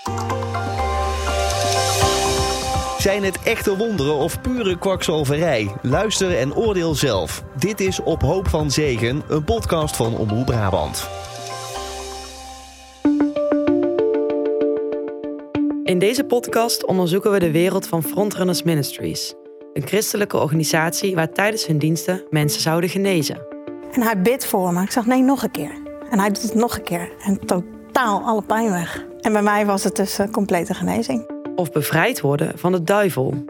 Zijn het echte wonderen of pure kwakzalverij? Luister en oordeel zelf. Dit is Op Hoop van Zegen, een podcast van Omroep Brabant. In deze podcast onderzoeken we de wereld van Frontrunners Ministries. Een christelijke organisatie waar tijdens hun diensten mensen zouden genezen. En hij bidt voor me. Ik zeg nee, nog een keer. En hij doet het nog een keer. En totaal alle pijn weg. En bij mij was het dus complete genezing. Of bevrijd worden van de duivel.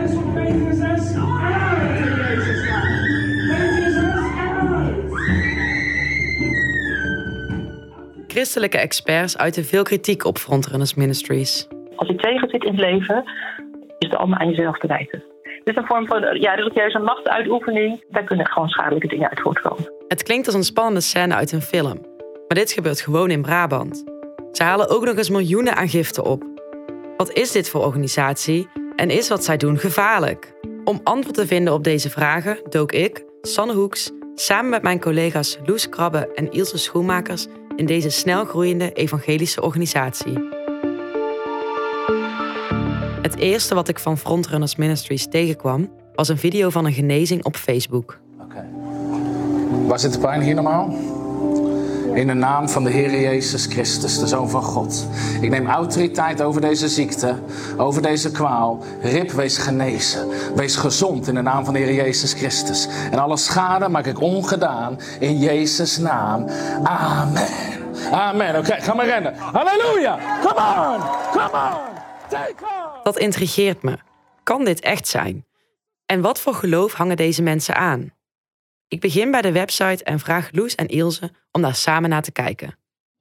Christelijke experts uiten veel kritiek op Frontrunners Ministries. Als je tegen zit in het leven, is het allemaal aan jezelf te wijten. Het is een vorm van religieuze machtsuitoefening. Daar kunnen gewoon schadelijke dingen uit voortkomen. Het klinkt als een spannende scène uit een film. Maar dit gebeurt gewoon in Brabant. Ze halen ook nog eens miljoenen aan giften op. Wat is dit voor organisatie en is wat zij doen gevaarlijk? Om antwoord te vinden op deze vragen dook ik, Sanne Hoeks, samen met mijn collega's Loes Krabbe en Ilse Schoenmakers in deze snel groeiende evangelische organisatie. Het eerste wat ik van Frontrunners Ministries tegenkwam was een video van een genezing op Facebook. Oké. Waar zit de pijn hier normaal? In de naam van de Heer Jezus Christus, de Zoon van God. Ik neem autoriteit over deze ziekte, over deze kwaal. Rib, wees genezen. Wees gezond in de naam van de Heer Jezus Christus. En alle schade maak ik ongedaan in Jezus' naam. Amen. Amen. Oké, ga maar rennen. Halleluja. Come on. Come on. Take on. Dat intrigeert me. Kan dit echt zijn? En wat voor geloof hangen deze mensen aan? Ik begin bij de website en vraag Loes en Ilse om daar samen naar te kijken.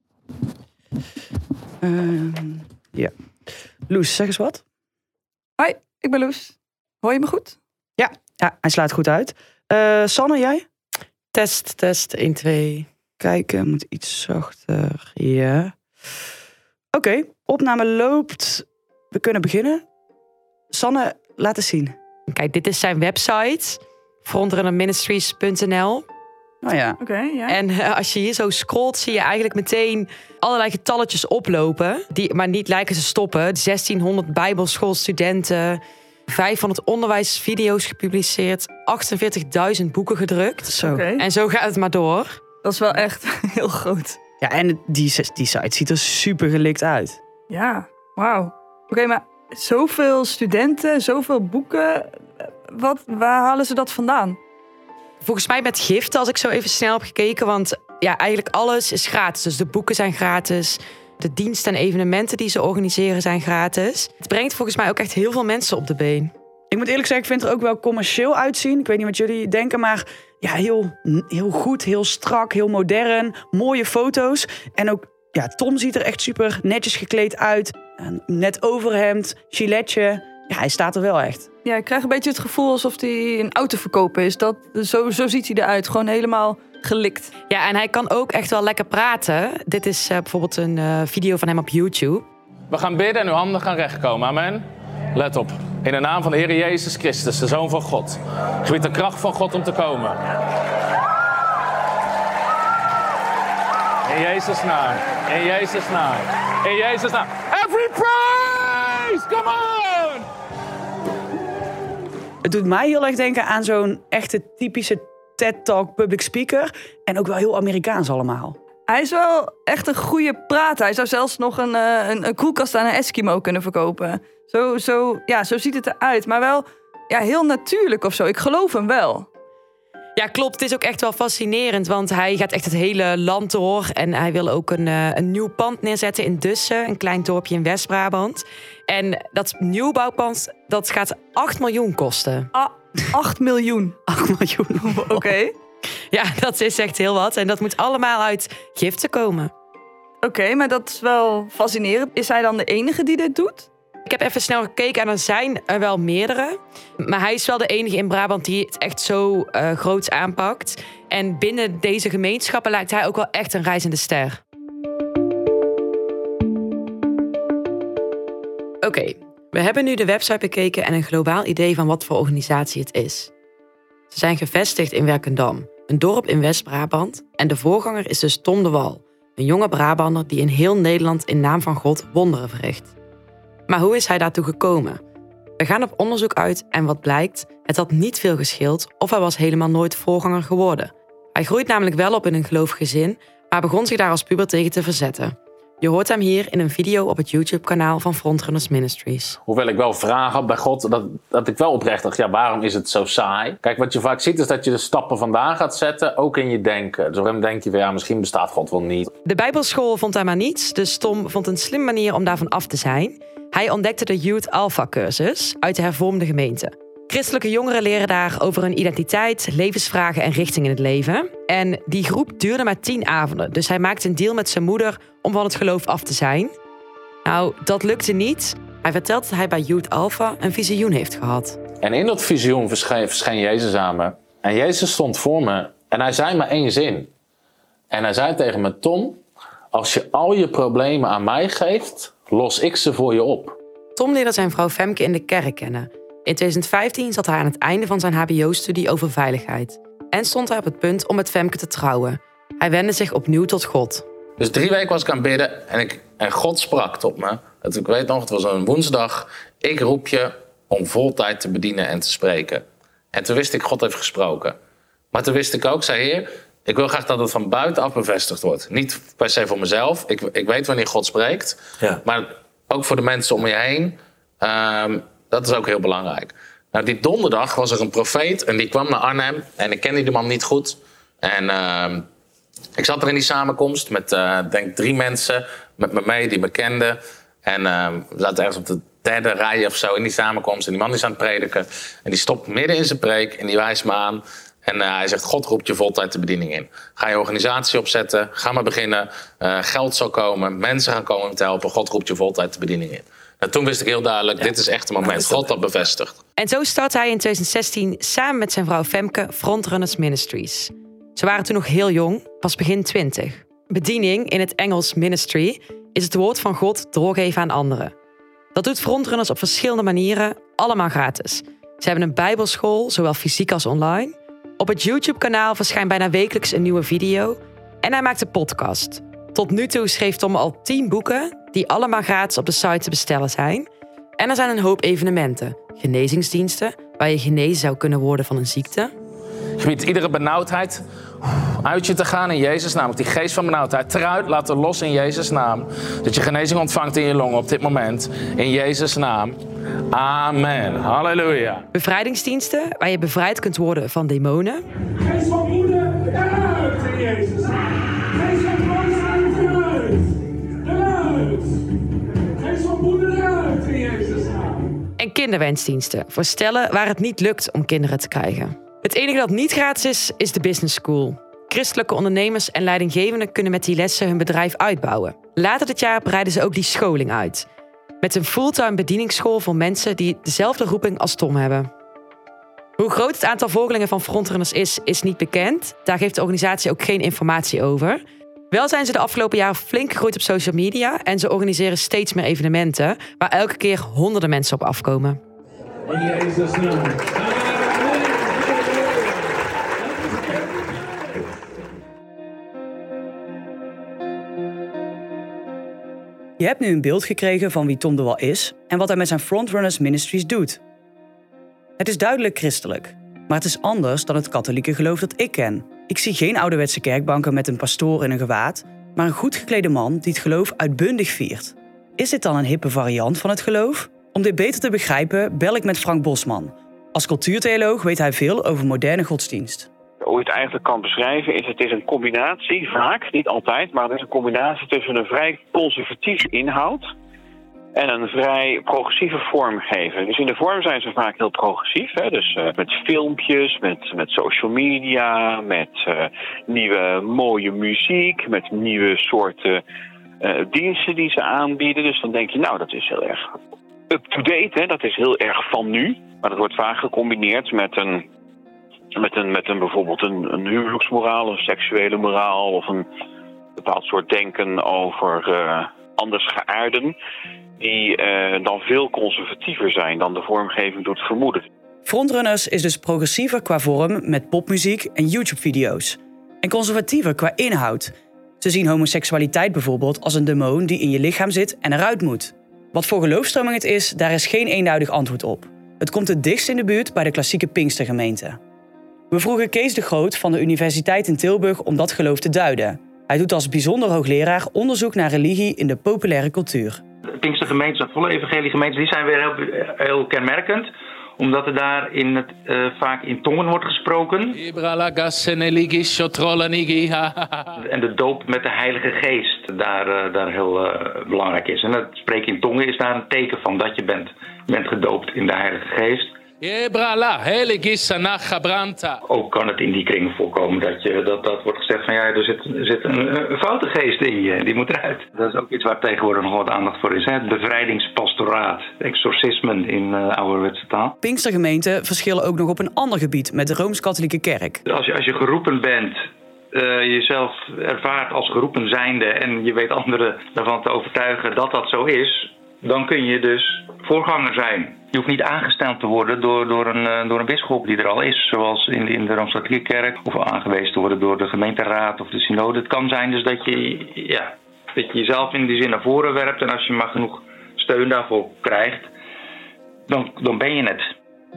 Ja. Loes, zeg eens wat. Hoi, ik ben Loes. Hoor je me goed? Ja, hij slaat goed uit. Sanne, jij? Test, 1, 2. Kijken, moet iets zachter. Ja. Oké, opname loopt. We kunnen beginnen. Sanne, laat eens zien. Kijk, dit is zijn website. frontrunnerministries.nl. Oh ja. Oké, ja. En als je hier zo scrolt, zie je eigenlijk meteen allerlei getalletjes oplopen. Maar niet lijken te stoppen. 1600 bijbelschoolstudenten, 500 onderwijsvideo's gepubliceerd, 48.000 boeken gedrukt. Zo. Oké. En zo gaat het maar door. Dat is wel echt heel groot. Ja, en die site ziet er super gelikt uit. Ja, wauw. Oké, maar zoveel studenten, zoveel boeken. Waar halen ze dat vandaan? Volgens mij met giften, als ik zo even snel heb gekeken. Want ja, eigenlijk alles is gratis. Dus de boeken zijn gratis. De diensten en evenementen die ze organiseren zijn gratis. Het brengt volgens mij ook echt heel veel mensen op de been. Ik moet eerlijk zeggen, ik vind het er ook wel commercieel uitzien. Ik weet niet wat jullie denken, maar ja, heel goed, heel strak, heel modern. Mooie foto's. En ook, ja, Tom ziet er echt super netjes gekleed uit. Een net overhemd, giletje. Ja, hij staat er wel echt. Ja, ik krijg een beetje het gevoel alsof hij een auto verkopen is. Zo ziet hij eruit. Gewoon helemaal gelikt. Ja, en hij kan ook echt wel lekker praten. Dit is bijvoorbeeld een video van hem op YouTube. We gaan bidden en uw handen gaan rechtkomen. Amen. Let op. In de naam van de Heer Jezus Christus, de Zoon van God. Gebied de kracht van God om te komen. In Jezus' naam. In Jezus' naam. In Jezus' naam. Every praise! Come on! Het doet mij heel erg denken aan zo'n echte typische TED-talk public speaker. En ook wel heel Amerikaans allemaal. Hij is wel echt een goede prater. Hij zou zelfs nog een koelkast aan een Eskimo kunnen verkopen. Zo ziet het eruit. Maar wel heel natuurlijk of zo. Ik geloof hem wel. Ja, klopt. Het is ook echt wel fascinerend. Want hij gaat echt het hele land door. En hij wil ook een nieuw pand neerzetten in Dussen. Een klein dorpje in West-Brabant. En dat nieuwbouwpand, dat gaat 8 miljoen kosten. 8 miljoen. 8 miljoen. Oké. Ja, dat is echt heel wat. En dat moet allemaal uit giften komen. Oké, maar dat is wel fascinerend. Is hij dan de enige die dit doet? Ik heb even snel gekeken en er zijn er wel meerdere. Maar hij is wel de enige in Brabant die het echt zo groots aanpakt. En binnen deze gemeenschappen lijkt hij ook wel echt een reizende ster. Oké, we hebben nu de website bekeken en een globaal idee van wat voor organisatie het is. Ze zijn gevestigd in Werkendam, een dorp in West-Brabant. En de voorganger is dus Tom de Wal, een jonge Brabander die in heel Nederland in naam van God wonderen verricht. Maar hoe is hij daartoe gekomen? We gaan op onderzoek uit en wat blijkt, het had niet veel gescheeld of hij was helemaal nooit voorganger geworden. Hij groeit namelijk wel op in een gelovig gezin, maar begon zich daar als puber tegen te verzetten. Je hoort hem hier in een video op het YouTube-kanaal van Frontrunners Ministries. Hoewel ik wel vragen had bij God, dat ik wel oprecht dacht, waarom is het zo saai? Kijk, wat je vaak ziet is dat je de stappen vandaan gaat zetten, ook in je denken. Dus op hem denk je, misschien bestaat God wel niet. De Bijbelschool vond hij maar niets, dus Tom vond een slim manier om daarvan af te zijn. Hij ontdekte de Youth Alpha cursus uit de hervormde gemeente. Christelijke jongeren leren daar over hun identiteit, levensvragen en richting in het leven. En die groep duurde maar 10 avonden, dus hij maakte een deal met zijn moeder om van het geloof af te zijn. Nou, dat lukte niet. Hij vertelt dat hij bij Youth Alpha een visioen heeft gehad. En in dat visioen verscheen Jezus aan me. En Jezus stond voor me en hij zei maar 1 zin. En hij zei tegen me, Tom, als je al je problemen aan mij geeft, los ik ze voor je op. Tom leerde zijn vrouw Femke in de kerk kennen. In 2015 zat hij aan het einde van zijn hbo-studie over veiligheid. En stond hij op het punt om met Femke te trouwen. Hij wendde zich opnieuw tot God. Dus 3 weken was ik aan het bidden en God sprak tot me. Ik weet nog, het was een woensdag. Ik roep je om voltijd te bedienen en te spreken. En toen wist ik, God heeft gesproken. Maar toen wist ik ook, zei Heer, ik wil graag dat het van buitenaf bevestigd wordt. Niet per se voor mezelf. Ik weet wanneer God spreekt. Ja. Maar ook voor de mensen om je heen. Dat is ook heel belangrijk. Nou, die donderdag was er een profeet en die kwam naar Arnhem. En ik kende die man niet goed. En ik zat er in die samenkomst met, denk 3 mensen met me mee die me kenden. En we zaten ergens op de 3e rij of zo in die samenkomst. En die man is aan het prediken. En die stopt midden in zijn preek en die wijst me aan. En hij zegt, God roept je voltijd de bediening in. Ga je organisatie opzetten, ga maar beginnen. Geld zal komen, mensen gaan komen om te helpen. God roept je voltijd de bediening in. En toen wist ik heel duidelijk, dit is echt een moment. God dat bevestigt. En zo startte hij in 2016 samen met zijn vrouw Femke Frontrunners Ministries. Ze waren toen nog heel jong, pas begin 20. Bediening, in het Engels ministry, is het woord van God doorgeven aan anderen. Dat doet Frontrunners op verschillende manieren, allemaal gratis. Ze hebben een bijbelschool, zowel fysiek als online. Op het YouTube-kanaal verschijnt bijna wekelijks een nieuwe video. En hij maakt een podcast. Tot nu toe schreef Tom al 10 boeken, die allemaal gratis op de site te bestellen zijn. En er zijn een hoop evenementen. Genezingsdiensten, waar je genezen zou kunnen worden van een ziekte. Je biedt iedere benauwdheid uit je te gaan in Jezus' naam. Die geest van benauwdheid eruit laten los in Jezus' naam. Dat je genezing ontvangt in je longen op dit moment. In Jezus' naam. Amen. Halleluja. Bevrijdingsdiensten, waar je bevrijd kunt worden van demonen. Geest van moeder, eruit in Jezus' naam. Geest van boosheid, eruit. Eruit. Geest van moeder, eruit in Jezus' naam. En kinderwensdiensten, voor stellen waar het niet lukt om kinderen te krijgen. Het enige dat niet gratis is, is de business school. Christelijke ondernemers en leidinggevenden kunnen met die lessen hun bedrijf uitbouwen. Later dit jaar breiden ze ook die scholing uit. Met een fulltime bedieningsschool voor mensen die dezelfde roeping als Tom hebben. Hoe groot het aantal volgelingen van Frontrunners is niet bekend. Daar geeft de organisatie ook geen informatie over. Wel zijn ze de afgelopen jaren flink gegroeid op social media en ze organiseren steeds meer evenementen waar elke keer honderden mensen op afkomen. In Jezus' naam. Je hebt nu een beeld gekregen van wie Tom de Wal is en wat hij met zijn Frontrunners Ministries doet. Het is duidelijk christelijk, maar het is anders dan het katholieke geloof dat ik ken. Ik zie geen ouderwetse kerkbanken met een pastoor in een gewaad, maar een goed geklede man die het geloof uitbundig viert. Is dit dan een hippe variant van het geloof? Om dit beter te begrijpen bel ik met Frank Bosman. Als cultuurtheoloog weet hij veel over moderne godsdienst. Hoe je het eigenlijk kan beschrijven is, het is een combinatie, vaak, niet altijd, maar het is een combinatie tussen een vrij conservatieve inhoud en een vrij progressieve vormgeving. Dus in de vorm zijn ze vaak heel progressief, hè? Dus met filmpjes, met social media, met nieuwe mooie muziek, met nieuwe soorten diensten die ze aanbieden. Dus dan denk je, nou, dat is heel erg up-to-date, hè? Dat is heel erg van nu, maar dat wordt vaak gecombineerd met bijvoorbeeld een huwelijksmoraal, een seksuele moraal of een bepaald soort denken over andersgeaarden die dan veel conservatiever zijn dan de vormgeving doet vermoeden. Frontrunners is dus progressiever qua vorm met popmuziek en YouTube-video's. En conservatiever qua inhoud. Ze zien homoseksualiteit bijvoorbeeld als een demon die in je lichaam zit en eruit moet. Wat voor geloofsstroming het is, daar is geen eenduidig antwoord op. Het komt het dichtst in de buurt bij de klassieke Pinkstergemeente. We vroegen Kees de Groot van de Universiteit in Tilburg om dat geloof te duiden. Hij doet als bijzonder hoogleraar onderzoek naar religie in de populaire cultuur. De Pinkstergemeentes en volle evangeliegemeentes die zijn weer heel kenmerkend. Omdat er daar vaak in tongen wordt gesproken. En de doop met de Heilige Geest daar heel belangrijk is. En het spreken in tongen is daar een teken van dat je bent gedoopt in de Heilige Geest. Ook kan het in die kringen voorkomen dat wordt gezegd van er zit een foute geest in je, die moet eruit. Dat is ook iets waar tegenwoordig nog wat aandacht voor is. Hè? Het bevrijdingspastoraat, exorcismen in ouderwetse taal. Pinkstergemeenten verschillen ook nog op een ander gebied met de Rooms-Katholieke Kerk. Als je geroepen bent, jezelf ervaart als geroepen zijnde en je weet anderen ervan te overtuigen dat dat zo is, dan kun je dus voorganger zijn. Je hoeft niet aangesteld te worden door een bisschop die er al is, zoals in de Rooms-Katholieke Kerk, of aangewezen te worden door de gemeenteraad of de synode. Het kan zijn dus dat je jezelf in die zin naar voren werpt en als je maar genoeg steun daarvoor krijgt, dan ben je het.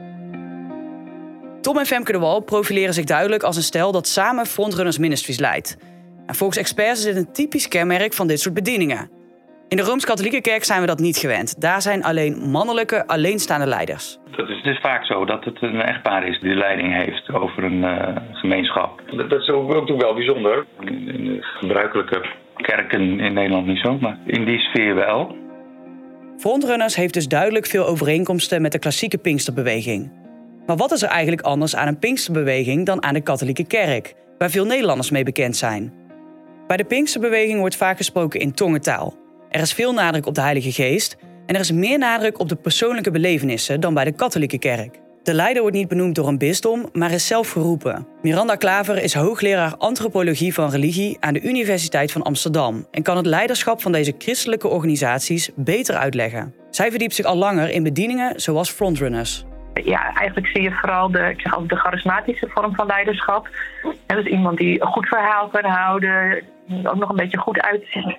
Tom en Femke de Wal profileren zich duidelijk als een stel dat samen Frontrunners Ministries leidt. En volgens experts is dit een typisch kenmerk van dit soort bedieningen. In de Rooms-Katholieke Kerk zijn we dat niet gewend. Daar zijn alleen mannelijke, alleenstaande leiders. Het is vaak zo dat het een echtpaar is die de leiding heeft over een gemeenschap. Dat is ook wel bijzonder. In de gebruikelijke kerken in Nederland niet zo, maar in die sfeer wel. Frontrunners heeft dus duidelijk veel overeenkomsten met de klassieke Pinksterbeweging. Maar wat is er eigenlijk anders aan een Pinksterbeweging dan aan de katholieke kerk, waar veel Nederlanders mee bekend zijn? Bij de Pinksterbeweging wordt vaak gesproken in tongentaal. Er is veel nadruk op de Heilige Geest en er is meer nadruk op de persoonlijke belevenissen dan bij de katholieke kerk. De leider wordt niet benoemd door een bisdom, maar is zelf geroepen. Miranda Klaver is hoogleraar antropologie van religie aan de Universiteit van Amsterdam en kan het leiderschap van deze christelijke organisaties beter uitleggen. Zij verdiept zich al langer in bedieningen zoals Frontrunners. Ja, eigenlijk zie je vooral de charismatische vorm van leiderschap. En dat is iemand die een goed verhaal kan houden, ook nog een beetje goed uitziet.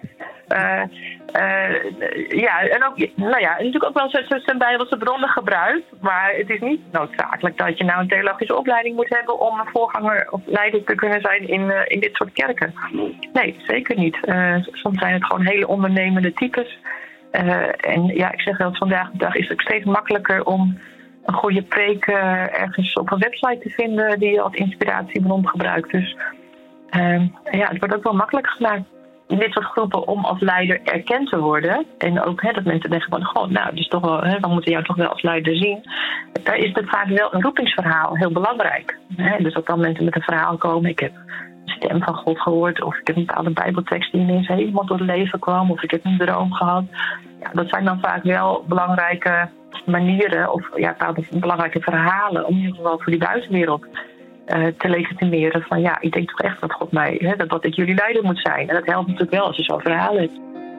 En ook, natuurlijk ook wel zijn Bijbelse bronnen gebruikt. Maar het is niet noodzakelijk dat je nou een theologische opleiding moet hebben om een voorganger of leider te kunnen zijn in dit soort kerken. Nee, zeker niet. Soms zijn het gewoon hele ondernemende types. Ik zeg wel, vandaag de dag is het ook steeds makkelijker om een goede preek ergens op een website te vinden die je als inspiratiebron gebruikt. Dus het wordt ook wel makkelijk gemaakt in dit soort groepen om als leider erkend te worden. En ook dat mensen denken van, dus toch wel, we moeten jou toch wel als leider zien. Daar is het vaak wel een roepingsverhaal heel belangrijk. Dus dat dan mensen met een verhaal komen, ik heb een stem van God gehoord, of ik heb een bepaalde bijbeltekst die ineens helemaal tot leven kwam, of ik heb een droom gehad. Ja, dat zijn dan vaak wel belangrijke manieren of bepaalde belangrijke verhalen om in ieder geval voor die buitenwereld te legitimeren van ik denk toch echt dat God mij, dat ik jullie leider moet zijn. En dat helpt natuurlijk wel als je zo'n verhaal hebt.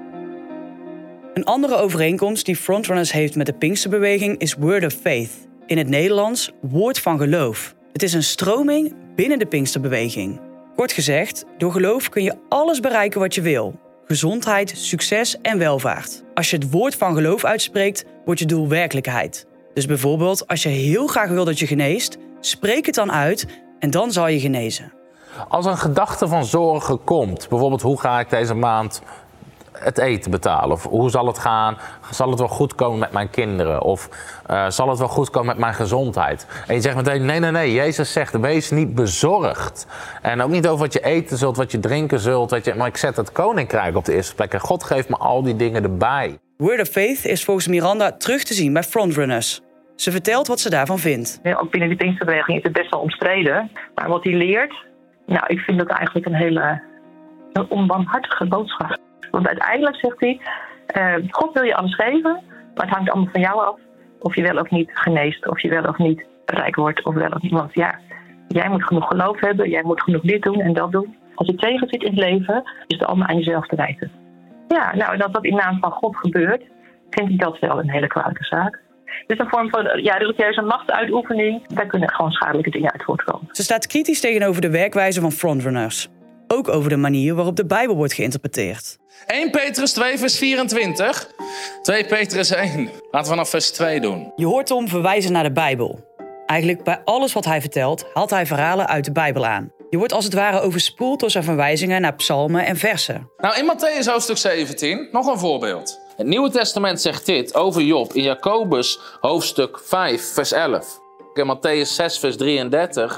Een andere overeenkomst die Frontrunners heeft met de Pinksterbeweging is Word of Faith. In het Nederlands woord van geloof. Het is een stroming binnen de Pinksterbeweging. Kort gezegd, door geloof kun je alles bereiken wat je wil. Gezondheid, succes en welvaart. Als je het woord van geloof uitspreekt, wordt je doel werkelijkheid. Dus bijvoorbeeld, als je heel graag wil dat je geneest, spreek het dan uit en dan zal je genezen. Als een gedachte van zorgen komt, bijvoorbeeld hoe ga ik deze maand het eten betalen? Of hoe zal het gaan? Zal het wel goed komen met mijn kinderen? Of zal het wel goed komen met mijn gezondheid? En je zegt meteen, nee. Jezus zegt, wees niet bezorgd. En ook niet over wat je eten zult, wat je drinken zult. Maar ik zet het koninkrijk op de eerste plek. En God geeft me al die dingen erbij. Word of Faith is volgens Miranda terug te zien bij Frontrunners. Ze vertelt wat ze daarvan vindt. Ook binnen die Pinksterbeweging is het best wel omstreden. Maar wat hij leert, ik vind dat eigenlijk een hele onbarmhartige boodschap. Want uiteindelijk zegt hij, God wil je alles geven, maar het hangt allemaal van jou af. Of je wel of niet geneest, of je wel of niet rijk wordt, of wel of niet. Want jij moet genoeg geloof hebben, jij moet genoeg dit doen en dat doen. Als je tegen zit in het leven, is het allemaal aan jezelf te wijten. En als dat in naam van God gebeurt, vind ik dat wel een hele kwalijke zaak. Het is een vorm van religieuze machtsuitoefening. Daar kunnen gewoon schadelijke dingen uit voortkomen. Ze staat kritisch tegenover de werkwijze van Frontrunners. ook over de manier waarop de Bijbel wordt geïnterpreteerd. 1 Petrus 2 vers 24. 2 Petrus 1. Laten we vanaf vers 2 doen. Je hoort Tom verwijzen naar de Bijbel. Eigenlijk bij alles wat hij vertelt, haalt hij verhalen uit de Bijbel aan. Je wordt als het ware overspoeld door zijn verwijzingen naar psalmen en versen. Nou, in Mattheüs hoofdstuk 17, nog een voorbeeld. Het Nieuwe Testament zegt dit over Job in Jacobus hoofdstuk 5 vers 11. In Mattheüs 6 vers 33...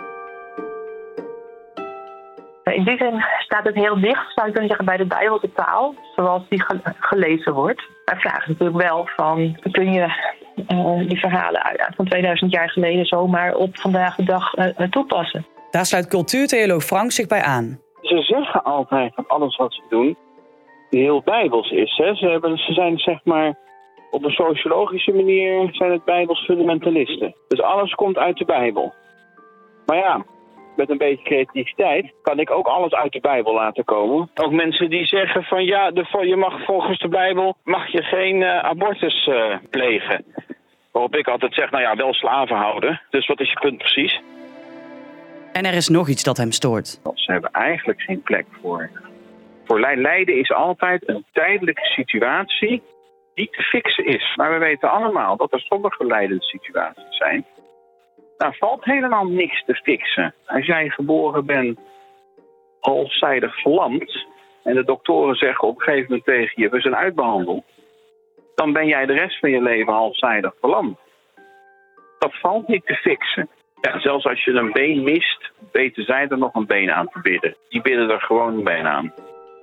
In die zin staat het heel dicht, zou je kunnen zeggen, bij de Bijbelse taal, zoals die gelezen wordt. Maar vraag is natuurlijk wel van, kun je die verhalen van 2000 jaar geleden zomaar op vandaag de dag toepassen? Daar sluit cultuurtheoloog Frank zich bij aan. Ze zeggen altijd dat alles wat ze doen heel bijbels is. Hè? Ze zijn zeg maar op een sociologische manier zijn het bijbels fundamentalisten. Dus alles komt uit de Bijbel. Maar ja, met een beetje creativiteit kan ik ook alles uit de Bijbel laten komen. Ook mensen die zeggen van ja, je mag volgens de Bijbel mag je geen abortus plegen. Waarop ik altijd zeg, nou ja, wel slaven houden. Dus wat is je punt precies? En er is nog iets dat hem stoort. Ze hebben eigenlijk geen plek voor. Lijden is altijd een tijdelijke situatie die te fixen is. Maar we weten allemaal dat er sommige lijdenssituaties zijn. Daar valt helemaal niks te fixen. Als jij geboren bent halfzijdig verlamd en de doktoren zeggen op een gegeven moment tegen je, we zijn uitbehandeld, dan ben jij de rest van je leven halfzijdig verlamd. Dat valt niet te fixen. Ja, zelfs als je een been mist, weten zij er nog een been aan te bidden. Die bidden er gewoon een been aan.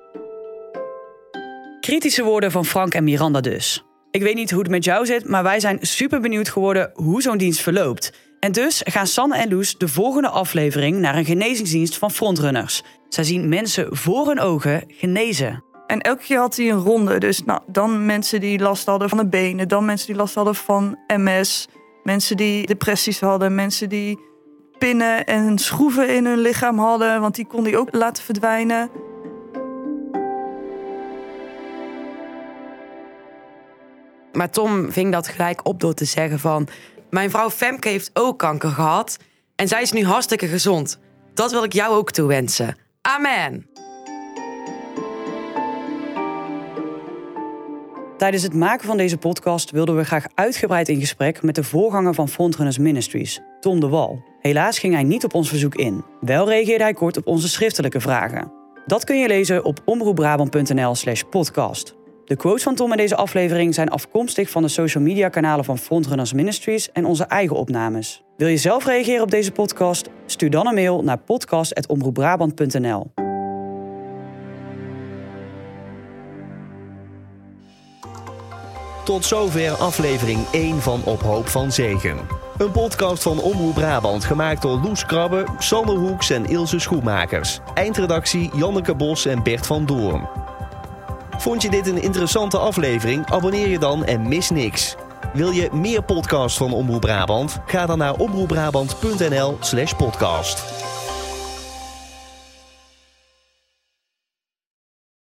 Kritische woorden van Frank en Miranda dus. Ik weet niet hoe het met jou zit, maar wij zijn super benieuwd geworden hoe zo'n dienst verloopt. En dus gaan Sanne en Loes de volgende aflevering naar een genezingsdienst van Frontrunners. Zij zien mensen voor hun ogen genezen. En elke keer had hij een ronde. Dus dan mensen die last hadden van de benen, dan mensen die last hadden van MS, mensen die depressies hadden, mensen die pinnen en schroeven in hun lichaam hadden, want die kon hij ook laten verdwijnen. Maar Tom ving dat gelijk op door te zeggen van, mijn vrouw Femke heeft ook kanker gehad en zij is nu hartstikke gezond. Dat wil ik jou ook toewensen. Amen. Tijdens het maken van deze podcast wilden we graag uitgebreid in gesprek met de voorganger van Frontrunners Ministries, Tom de Wal. Helaas ging hij niet op ons verzoek in. Wel reageerde hij kort op onze schriftelijke vragen. Dat kun je lezen op omroepbrabant.nl/podcast. De quotes van Tom in deze aflevering zijn afkomstig van de social media kanalen van Frontrunners Ministries en onze eigen opnames. Wil je zelf reageren op deze podcast? Stuur dan een mail naar podcast@omroepbrabant.nl. Tot zover aflevering 1 van Op Hoop van Zegen. Een podcast van Omroep Brabant gemaakt door Loes Krabbe, Sander Hoeks en Ilse Schoenmakers. Eindredactie Janneke Bos en Bert van Doorn. Vond je dit een interessante aflevering? Abonneer je dan en mis niks. Wil je meer podcasts van Omroep Brabant? Ga dan naar omroepbrabant.nl/podcast.